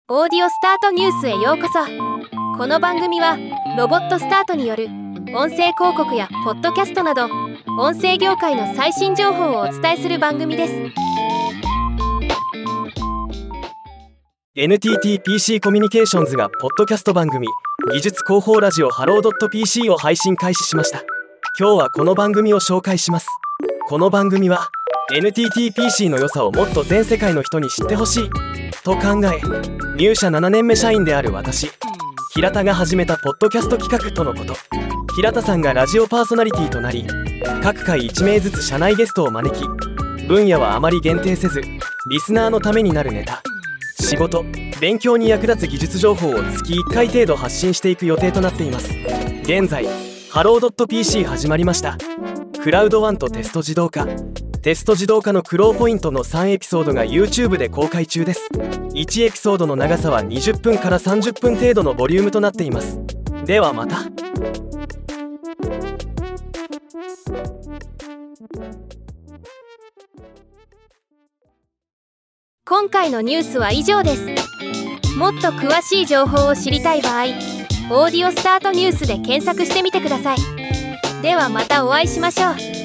オーディオスタートニュースへようこそ。この番組はロボットスタートによる音声広告やポッドキャストなど音声業界の最新情報をお伝えする番組です。 NTT-PC コミュニケーションズがポッドキャスト番組技術広報ラジオハロー .PC を配信開始しました。今日はこの番組を紹介します。この番組は NTT-PC の良さをもっと全世界の人に知ってほしいと考え、入社7年目社員である私平田が始めたポッドキャスト企画とのこと。平田さんがラジオパーソナリティとなり、各回1名ずつ社内ゲストを招き、分野はあまり限定せずリスナーのためになるネタ、仕事、勉強に役立つ技術情報を月1回程度発信していく予定となっています。現在ハロー .PC 始まりました。クラウド1とテスト自動化の苦労ポイントの3エピソードが YouTube で公開中です。1エピソードの長さは20分から30分程度のボリュームとなっています。ではまた。 今回のニュースは以上です。もっと詳しい情報を知りたい場合、オーディオスタートニュースで検索してみてください。ではまたお会いしましょう。